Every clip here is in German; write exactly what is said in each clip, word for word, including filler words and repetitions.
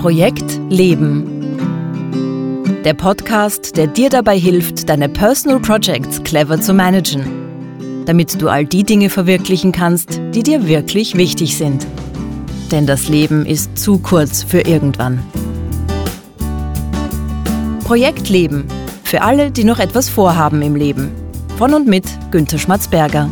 Projekt Leben. Der Podcast, der dir dabei hilft, deine Personal Projects clever zu managen, damit du all die Dinge verwirklichen kannst, die dir wirklich wichtig sind. Denn das Leben ist zu kurz für irgendwann. Projekt Leben. Für alle, die noch etwas vorhaben im Leben. Von und mit Günther Schmatzberger.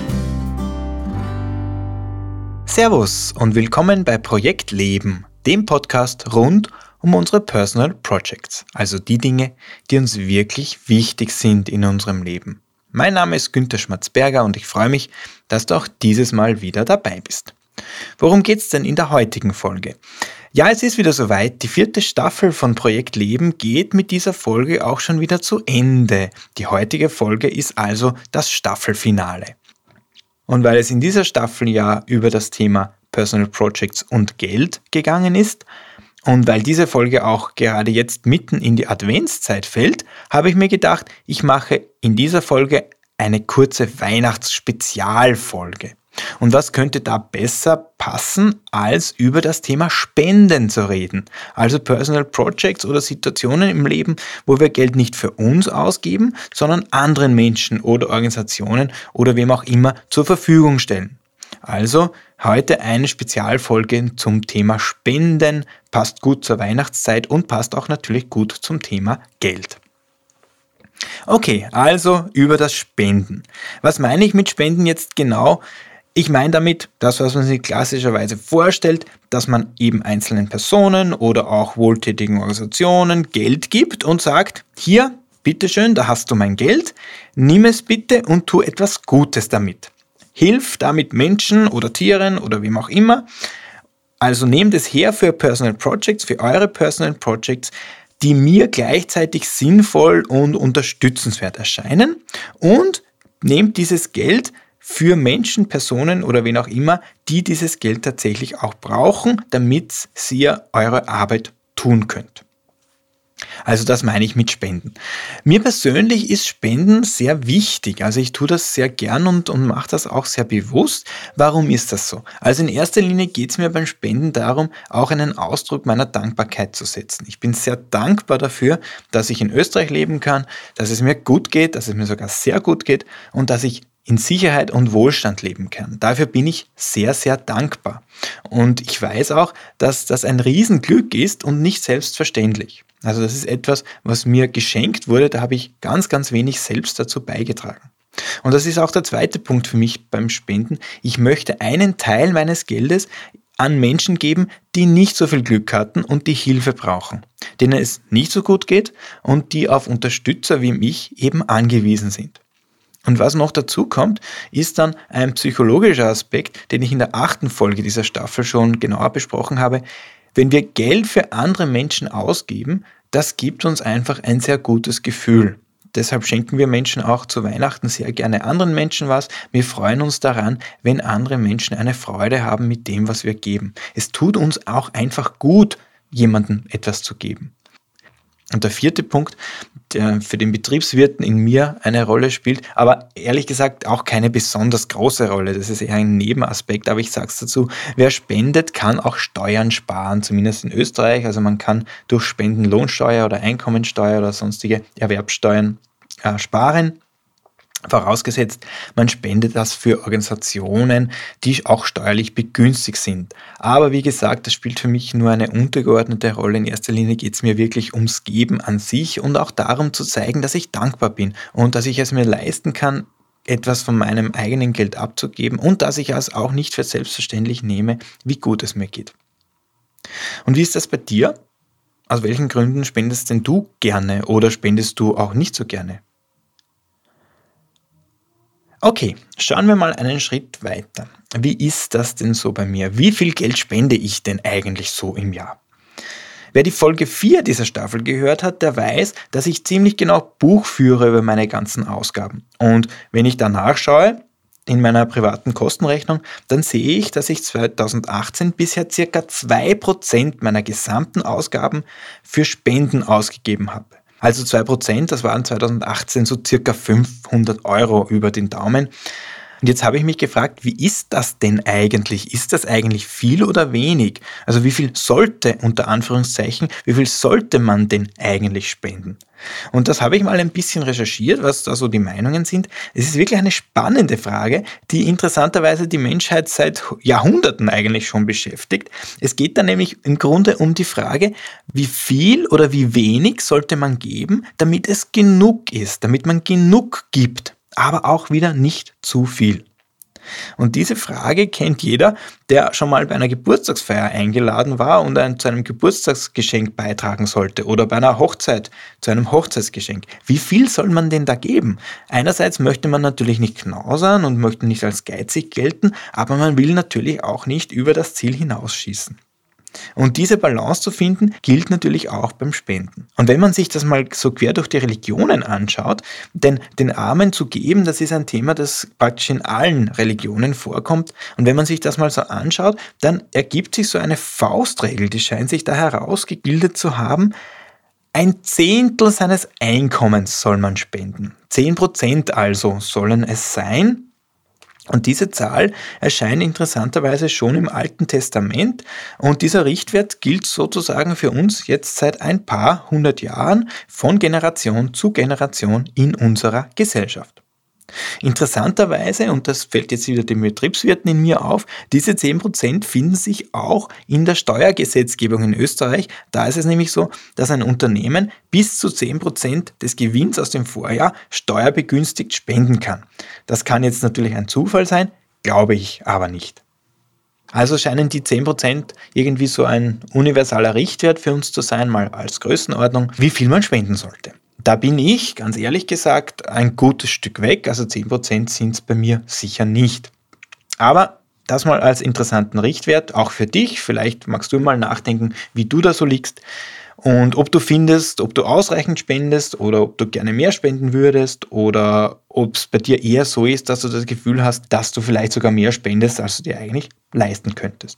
Servus und willkommen bei Projekt Leben, dem Podcast rund um unsere Personal Projects, also die Dinge, die uns wirklich wichtig sind in unserem Leben. Mein Name ist Günther Schmatzberger und ich freue mich, dass du auch dieses Mal wieder dabei bist. Worum geht's denn in der heutigen Folge? Ja, es ist wieder soweit. Die vierte Staffel von Projekt Leben geht mit dieser Folge auch schon wieder zu Ende. Die heutige Folge ist also das Staffelfinale. Und weil es in dieser Staffel ja über das Thema Personal Projects und Geld gegangen ist und weil diese Folge auch gerade jetzt mitten in die Adventszeit fällt, habe ich mir gedacht, ich mache in dieser Folge eine kurze Weihnachtsspezialfolge. Und was könnte da besser passen, als über das Thema Spenden zu reden? Also Personal Projects oder Situationen im Leben, wo wir Geld nicht für uns ausgeben, sondern anderen Menschen oder Organisationen oder wem auch immer zur Verfügung stellen. Also heute eine Spezialfolge zum Thema Spenden, passt gut zur Weihnachtszeit und passt auch natürlich gut zum Thema Geld. Okay, also über das Spenden. Was meine ich mit Spenden jetzt genau? Ich meine damit das, was man sich klassischerweise vorstellt, dass man eben einzelnen Personen oder auch wohltätigen Organisationen Geld gibt und sagt, hier, bitteschön, da hast du mein Geld, nimm es bitte und tu etwas Gutes damit. Hilf damit Menschen oder Tieren oder wem auch immer. Also nehmt es her für Personal Projects, für eure Personal Projects, die mir gleichzeitig sinnvoll und unterstützenswert erscheinen und nehmt dieses Geld für Menschen, Personen oder wen auch immer, die dieses Geld tatsächlich auch brauchen, damit ihr eure Arbeit tun könnt. Also das meine ich mit Spenden. Mir persönlich ist Spenden sehr wichtig. Also ich tue das sehr gern und, und mache das auch sehr bewusst. Warum ist das so? Also in erster Linie geht es mir beim Spenden darum, auch einen Ausdruck meiner Dankbarkeit zu setzen. Ich bin sehr dankbar dafür, dass ich in Österreich leben kann, dass es mir gut geht, dass es mir sogar sehr gut geht und dass ich in Sicherheit und Wohlstand leben kann. Dafür bin ich sehr, sehr dankbar. Und ich weiß auch, dass das ein Riesenglück ist und nicht selbstverständlich. Also das ist etwas, was mir geschenkt wurde, da habe ich ganz, ganz wenig selbst dazu beigetragen. Und das ist auch der zweite Punkt für mich beim Spenden. Ich möchte einen Teil meines Geldes an Menschen geben, die nicht so viel Glück hatten und die Hilfe brauchen, denen es nicht so gut geht und die auf Unterstützer wie mich eben angewiesen sind. Und was noch dazu kommt, ist dann ein psychologischer Aspekt, den ich in der achten Folge dieser Staffel schon genauer besprochen habe. Wenn wir Geld für andere Menschen ausgeben, das gibt uns einfach ein sehr gutes Gefühl. Deshalb schenken wir Menschen auch zu Weihnachten sehr gerne anderen Menschen was. Wir freuen uns daran, wenn andere Menschen eine Freude haben mit dem, was wir geben. Es tut uns auch einfach gut, jemandem etwas zu geben. Und der vierte Punkt, der für den Betriebswirten in mir eine Rolle spielt, aber ehrlich gesagt auch keine besonders große Rolle. Das ist eher ein Nebenaspekt, aber ich sage es dazu, wer spendet, kann auch Steuern sparen, zumindest in Österreich. Also man kann durch Spenden Lohnsteuer oder Einkommensteuer oder sonstige Erwerbsteuern äh, sparen. Vorausgesetzt, man spendet das für Organisationen, die auch steuerlich begünstigt sind. Aber wie gesagt, das spielt für mich nur eine untergeordnete Rolle. In erster Linie geht es mir wirklich ums Geben an sich und auch darum zu zeigen, dass ich dankbar bin und dass ich es mir leisten kann, etwas von meinem eigenen Geld abzugeben und dass ich es auch nicht für selbstverständlich nehme, wie gut es mir geht. Und wie ist das bei dir? Aus welchen Gründen spendest denn du gerne oder spendest du auch nicht so gerne? Okay, schauen wir mal einen Schritt weiter. Wie ist das denn so bei mir? Wie viel Geld spende ich denn eigentlich so im Jahr? Wer die Folge vier dieser Staffel gehört hat, der weiß, dass ich ziemlich genau Buch führe über meine ganzen Ausgaben. Und wenn ich da nachschaue, in meiner privaten Kostenrechnung, dann sehe ich, dass ich zweitausendachtzehn bisher ca. zwei Prozent meiner gesamten Ausgaben für Spenden ausgegeben habe. Also zwei Prozent, das waren zweitausendachtzehn so circa fünfhundert Euro über den Daumen. Und jetzt habe ich mich gefragt, wie ist das denn eigentlich? Ist das eigentlich viel oder wenig? Also wie viel sollte, unter Anführungszeichen, wie viel sollte man denn eigentlich spenden? Und das habe ich mal ein bisschen recherchiert, was da so die Meinungen sind. Es ist wirklich eine spannende Frage, die interessanterweise die Menschheit seit Jahrhunderten eigentlich schon beschäftigt. Es geht da nämlich im Grunde um die Frage, wie viel oder wie wenig sollte man geben, damit es genug ist, damit man genug gibt, aber auch wieder nicht zu viel. Und diese Frage kennt jeder, der schon mal bei einer Geburtstagsfeier eingeladen war und ein, zu einem Geburtstagsgeschenk beitragen sollte oder bei einer Hochzeit zu einem Hochzeitsgeschenk. Wie viel soll man denn da geben? Einerseits möchte man natürlich nicht knausern und möchte nicht als geizig gelten, aber man will natürlich auch nicht über das Ziel hinausschießen. Und diese Balance zu finden, gilt natürlich auch beim Spenden. Und wenn man sich das mal so quer durch die Religionen anschaut, denn den Armen zu geben, das ist ein Thema, das praktisch in allen Religionen vorkommt. Und wenn man sich das mal so anschaut, dann ergibt sich so eine Faustregel, die scheint sich da herausgebildet zu haben. Ein Zehntel seines Einkommens soll man spenden. Zehn Prozent also sollen es sein. Und diese Zahl erscheint interessanterweise schon im Alten Testament und dieser Richtwert gilt sozusagen für uns jetzt seit ein paar hundert Jahren von Generation zu Generation in unserer Gesellschaft. Interessanterweise, und das fällt jetzt wieder den Betriebswirten in mir auf, diese zehn Prozent finden sich auch in der Steuergesetzgebung in Österreich. Da ist es nämlich so, dass ein Unternehmen bis zu zehn Prozent des Gewinns aus dem Vorjahr steuerbegünstigt spenden kann. Das kann jetzt natürlich ein Zufall sein, glaube ich aber nicht. Also scheinen die zehn Prozent irgendwie so ein universaler Richtwert für uns zu sein, mal als Größenordnung, wie viel man spenden sollte. Da bin ich, ganz ehrlich gesagt, ein gutes Stück weg, also zehn Prozent sind es bei mir sicher nicht. Aber das mal als interessanten Richtwert, auch für dich. Vielleicht magst du mal nachdenken, wie du da so liegst und ob du findest, ob du ausreichend spendest oder ob du gerne mehr spenden würdest oder ob es bei dir eher so ist, dass du das Gefühl hast, dass du vielleicht sogar mehr spendest, als du dir eigentlich leisten könntest.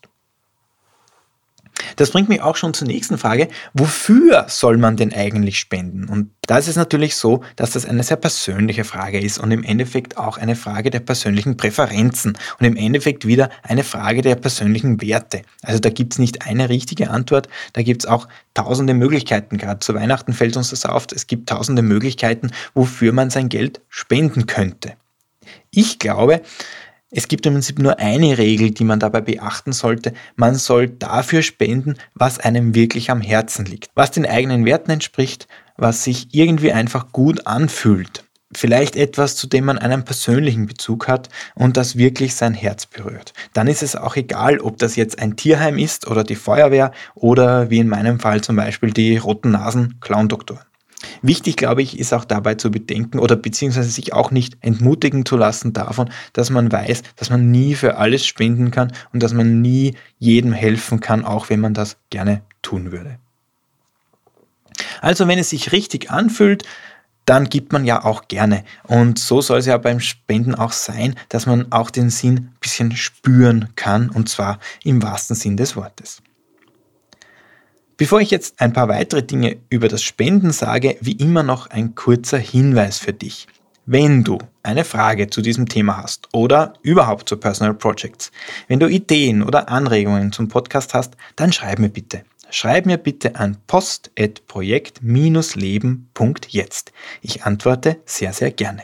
Das bringt mich auch schon zur nächsten Frage. Wofür soll man denn eigentlich spenden? Und da ist es natürlich so, dass das eine sehr persönliche Frage ist und im Endeffekt auch eine Frage der persönlichen Präferenzen und im Endeffekt wieder eine Frage der persönlichen Werte. Also da gibt es nicht eine richtige Antwort, da gibt es auch tausende Möglichkeiten. Gerade zu Weihnachten fällt uns das auf. Es gibt tausende Möglichkeiten, wofür man sein Geld spenden könnte. Ich glaube, es gibt im Prinzip nur eine Regel, die man dabei beachten sollte. Man soll dafür spenden, was einem wirklich am Herzen liegt, was den eigenen Werten entspricht, was sich irgendwie einfach gut anfühlt. Vielleicht etwas, zu dem man einen persönlichen Bezug hat und das wirklich sein Herz berührt. Dann ist es auch egal, ob das jetzt ein Tierheim ist oder die Feuerwehr oder wie in meinem Fall zum Beispiel die Roten Nasen Clown-Doktoren. Wichtig, glaube ich, ist auch dabei zu bedenken oder beziehungsweise sich auch nicht entmutigen zu lassen davon, dass man weiß, dass man nie für alles spenden kann und dass man nie jedem helfen kann, auch wenn man das gerne tun würde. Also wenn es sich richtig anfühlt, dann gibt man ja auch gerne. Und so soll es ja beim Spenden auch sein, dass man auch den Sinn ein bisschen spüren kann, und zwar im wahrsten Sinn des Wortes. Bevor ich jetzt ein paar weitere Dinge über das Spenden sage, wie immer noch ein kurzer Hinweis für dich. Wenn du eine Frage zu diesem Thema hast oder überhaupt zu Personal Projects, wenn du Ideen oder Anregungen zum Podcast hast, dann schreib mir bitte. Schreib mir bitte an post at projekt leben punkt jetzt. Ich antworte sehr, sehr gerne.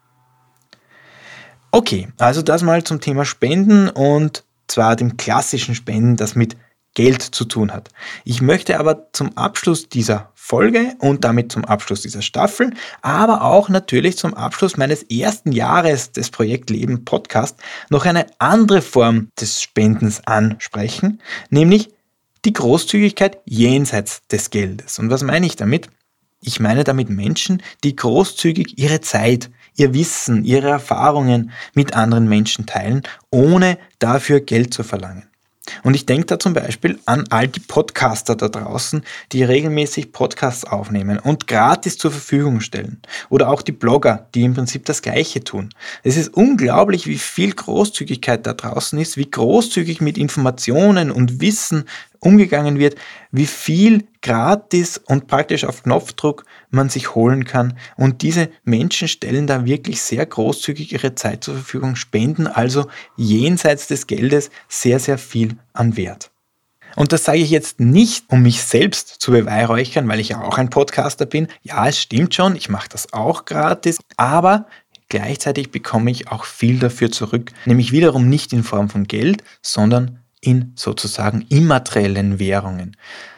Okay, also das mal zum Thema Spenden und zwar dem klassischen Spenden, das mit Geld zu tun hat. Ich möchte aber zum Abschluss dieser Folge und damit zum Abschluss dieser Staffel, aber auch natürlich zum Abschluss meines ersten Jahres des Projekt Leben Podcast noch eine andere Form des Spendens ansprechen, nämlich die Großzügigkeit jenseits des Geldes. Und was meine ich damit? Ich meine damit Menschen, die großzügig ihre Zeit, ihr Wissen, ihre Erfahrungen mit anderen Menschen teilen, ohne dafür Geld zu verlangen. Und ich denke da zum Beispiel an all die Podcaster da draußen, die regelmäßig Podcasts aufnehmen und gratis zur Verfügung stellen. Oder auch die Blogger, die im Prinzip das Gleiche tun. Es ist unglaublich, wie viel Großzügigkeit da draußen ist, wie großzügig mit Informationen und Wissen umgegangen wird, wie viel gratis und praktisch auf Knopfdruck man sich holen kann. Und diese Menschen stellen da wirklich sehr großzügig ihre Zeit zur Verfügung, spenden also jenseits des Geldes sehr, sehr viel an Wert. Und das sage ich jetzt nicht, um mich selbst zu beweihräuchern, weil ich ja auch ein Podcaster bin. Ja, es stimmt schon, ich mache das auch gratis, aber gleichzeitig bekomme ich auch viel dafür zurück, nämlich wiederum nicht in Form von Geld, sondern in sozusagen immateriellen Währungen.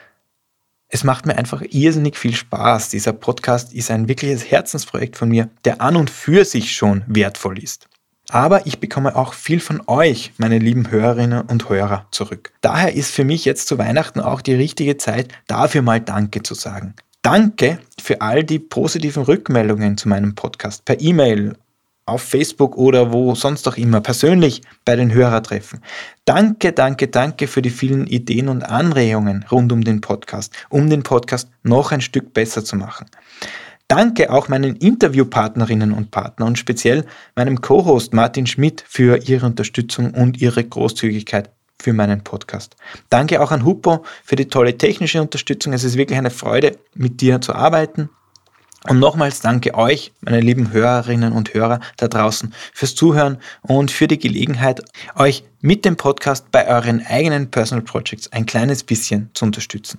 Es macht mir einfach irrsinnig viel Spaß. Dieser Podcast ist ein wirkliches Herzensprojekt von mir, der an und für sich schon wertvoll ist. Aber ich bekomme auch viel von euch, meine lieben Hörerinnen und Hörer, zurück. Daher ist für mich jetzt zu Weihnachten auch die richtige Zeit, dafür mal Danke zu sagen. Danke für all die positiven Rückmeldungen zu meinem Podcast per E-Mail, auf Facebook oder wo sonst auch immer, persönlich bei den Hörertreffen. Danke, danke, danke für die vielen Ideen und Anregungen rund um den Podcast, um den Podcast noch ein Stück besser zu machen. Danke auch meinen Interviewpartnerinnen und Partnern und speziell meinem Co-Host Martin Schmidt für ihre Unterstützung und ihre Großzügigkeit für meinen Podcast. Danke auch an Hupo für die tolle technische Unterstützung. Es ist wirklich eine Freude, mit dir zu arbeiten. Und nochmals danke euch, meine lieben Hörerinnen und Hörer da draußen, fürs Zuhören und für die Gelegenheit, euch mit dem Podcast bei euren eigenen Personal Projects ein kleines bisschen zu unterstützen.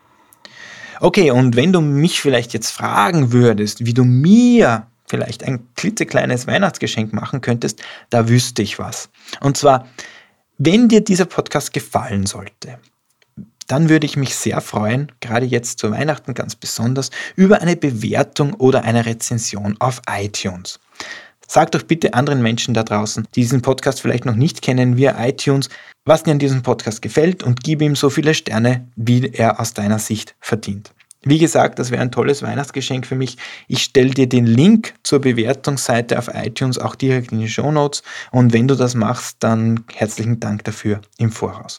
Okay, und wenn du mich vielleicht jetzt fragen würdest, wie du mir vielleicht ein klitzekleines Weihnachtsgeschenk machen könntest, da wüsste ich was. Und zwar, wenn dir dieser Podcast gefallen sollte, dann würde ich mich sehr freuen, gerade jetzt zu Weihnachten ganz besonders, über eine Bewertung oder eine Rezension auf iTunes. Sag doch bitte anderen Menschen da draußen, die diesen Podcast vielleicht noch nicht kennen, via iTunes, was dir an diesem Podcast gefällt und gib ihm so viele Sterne, wie er aus deiner Sicht verdient. Wie gesagt, das wäre ein tolles Weihnachtsgeschenk für mich. Ich stelle dir den Link zur Bewertungsseite auf iTunes auch direkt in die Shownotes und wenn du das machst, dann herzlichen Dank dafür im Voraus.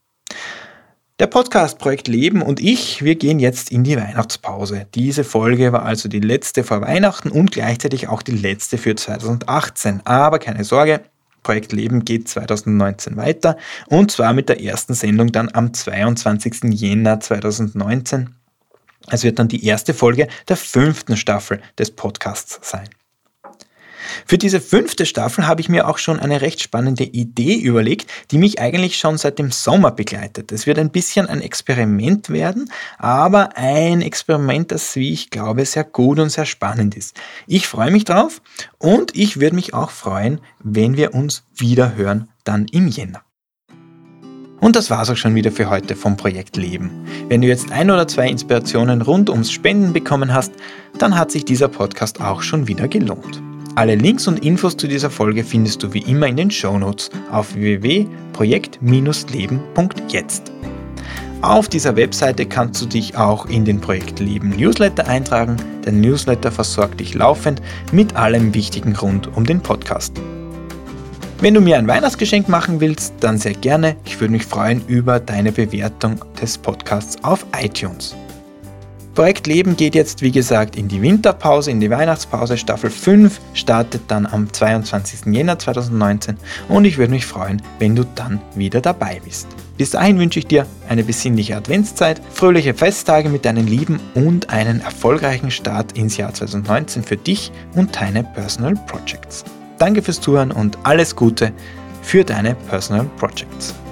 Der Podcast Projekt Leben und ich, wir gehen jetzt in die Weihnachtspause. Diese Folge war also die letzte vor Weihnachten und gleichzeitig auch die letzte für zweitausendachtzehn. Aber keine Sorge, Projekt Leben geht zweitausendneunzehn weiter und zwar mit der ersten Sendung dann am zweiundzwanzigsten Jänner zweitausendneunzehn. Es wird dann die erste Folge der fünften Staffel des Podcasts sein. Für diese fünfte Staffel habe ich mir auch schon eine recht spannende Idee überlegt, die mich eigentlich schon seit dem Sommer begleitet. Es wird ein bisschen ein Experiment werden, aber ein Experiment, das, wie ich glaube, sehr gut und sehr spannend ist. Ich freue mich drauf und ich würde mich auch freuen, wenn wir uns wieder hören, dann im Jänner. Und das war's auch schon wieder für heute vom Projekt Leben. Wenn du jetzt ein oder zwei Inspirationen rund ums Spenden bekommen hast, dann hat sich dieser Podcast auch schon wieder gelohnt. Alle Links und Infos zu dieser Folge findest du wie immer in den Shownotes auf w w w punkt projekt leben punkt jetzt. Auf dieser Webseite kannst du dich auch in den Projekt Leben Newsletter eintragen. Der Newsletter versorgt dich laufend mit allem Wichtigen rund um den Podcast. Wenn du mir ein Weihnachtsgeschenk machen willst, dann sehr gerne. Ich würde mich freuen über deine Bewertung des Podcasts auf iTunes. Projekt Leben geht jetzt, wie gesagt, in die Winterpause, in die Weihnachtspause. Staffel fünf startet dann am zweiundzwanzigsten Jänner zweitausendneunzehn und ich würde mich freuen, wenn du dann wieder dabei bist. Bis dahin wünsche ich dir eine besinnliche Adventszeit, fröhliche Festtage mit deinen Lieben und einen erfolgreichen Start ins Jahr zweitausendneunzehn für dich und deine Personal Projects. Danke fürs Zuhören und alles Gute für deine Personal Projects.